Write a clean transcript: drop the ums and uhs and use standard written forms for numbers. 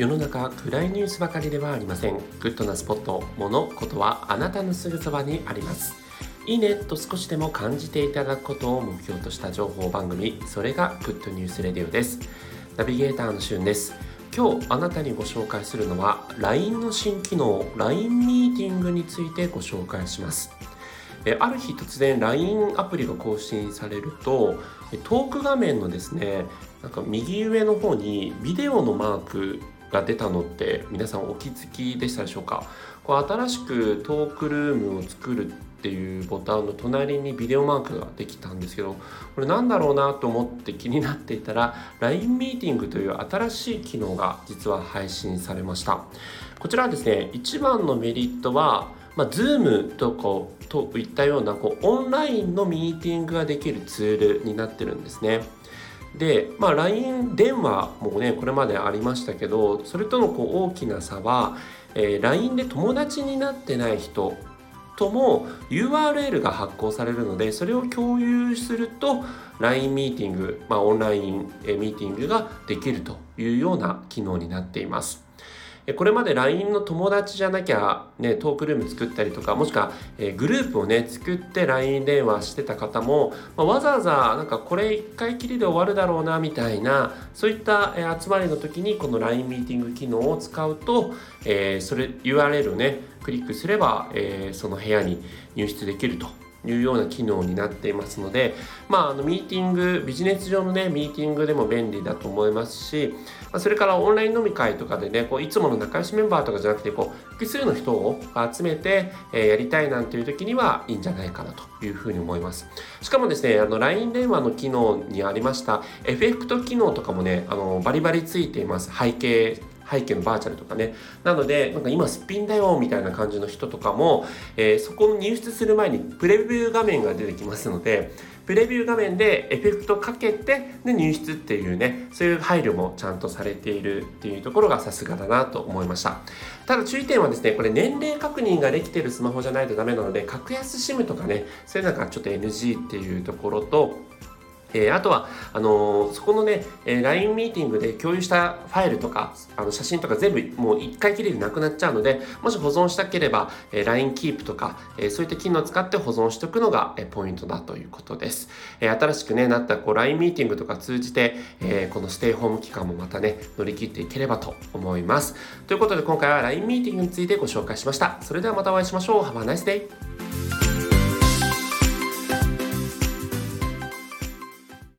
世の中暗いニュースばかりではありません。グッドなスポット、物事はあなたのすぐそばにあります。いいねと少しでも感じていただくことを目標とした情報番組、それがグッドニュースレディオです。ナビゲーターのしゅんです。今日あなたにご紹介するのは LINE の新機能 LINE ミーティングについてご紹介します。ある日突然 LINE アプリが更新されるとトーク画面のですね右上の方にビデオのマークが出たのって皆さんお気づきでしたでしょうか。新しくトークルームを作るっていうボタンの隣にビデオマークができたんですけど、これなんだろうなと思って気になっていたら LINE ミーティングという新しい機能が実は配信されました。こちらはですね、一番のメリットはZoom といったようなオンラインのミーティングができるツールになってるんですね。で、LINE 電話もねこれまでありましたけど、それとの大きな差は、LINE で友達になってない人とも URL が発行されるので、それを共有すると LINE ミーティング、オンラインミーティングができるというような機能になっています。これまで LINE の友達じゃなきゃ、トークルーム作ったりとか、もしくは、グループを作って LINE 電話してた方も、わざわざこれ1回きりで終わるだろうなみたいな、そういった、集まりの時にこの LINE ミーティング機能を使うと、それ URL をクリックすれば、その部屋に入室できるというような機能になっていますので、ミーティング、ビジネス上のミーティングでも便利だと思いますし、それからオンライン飲み会とかでいつもの仲良しメンバーとかじゃなくて複数の人を集めてやりたいなんていう時にはいいんじゃないかなというふうに思います。しかもですね、LINE 電話の機能にありましたエフェクト機能とかもバリバリついています。背景のバーチャルとかなので今すっぴんだよみたいな感じの人とかも、そこに入室する前にプレビュー画面が出てきますので、プレビュー画面でエフェクトかけて入室っていうそういう配慮もちゃんとされているっていうところがさすがだなと思いました。ただ注意点はですね、これ年齢確認ができているスマホじゃないとダメなので、格安 SIM とかそういうのがちょっと NG っていうところと、あとはそこのLINE ミーティングで共有したファイルとか写真とか全部もう1回きりでなくなっちゃうので、もし保存したければ LINE キープとかそういった機能を使って保存しておくのがポイントだということです。新しくなったLINE ミーティングとか通じてこのステイホーム期間もまた乗り切っていければと思います。ということで今回は LINE ミーティングについてご紹介しました。それではまたお会いしましょう。Have a nice day!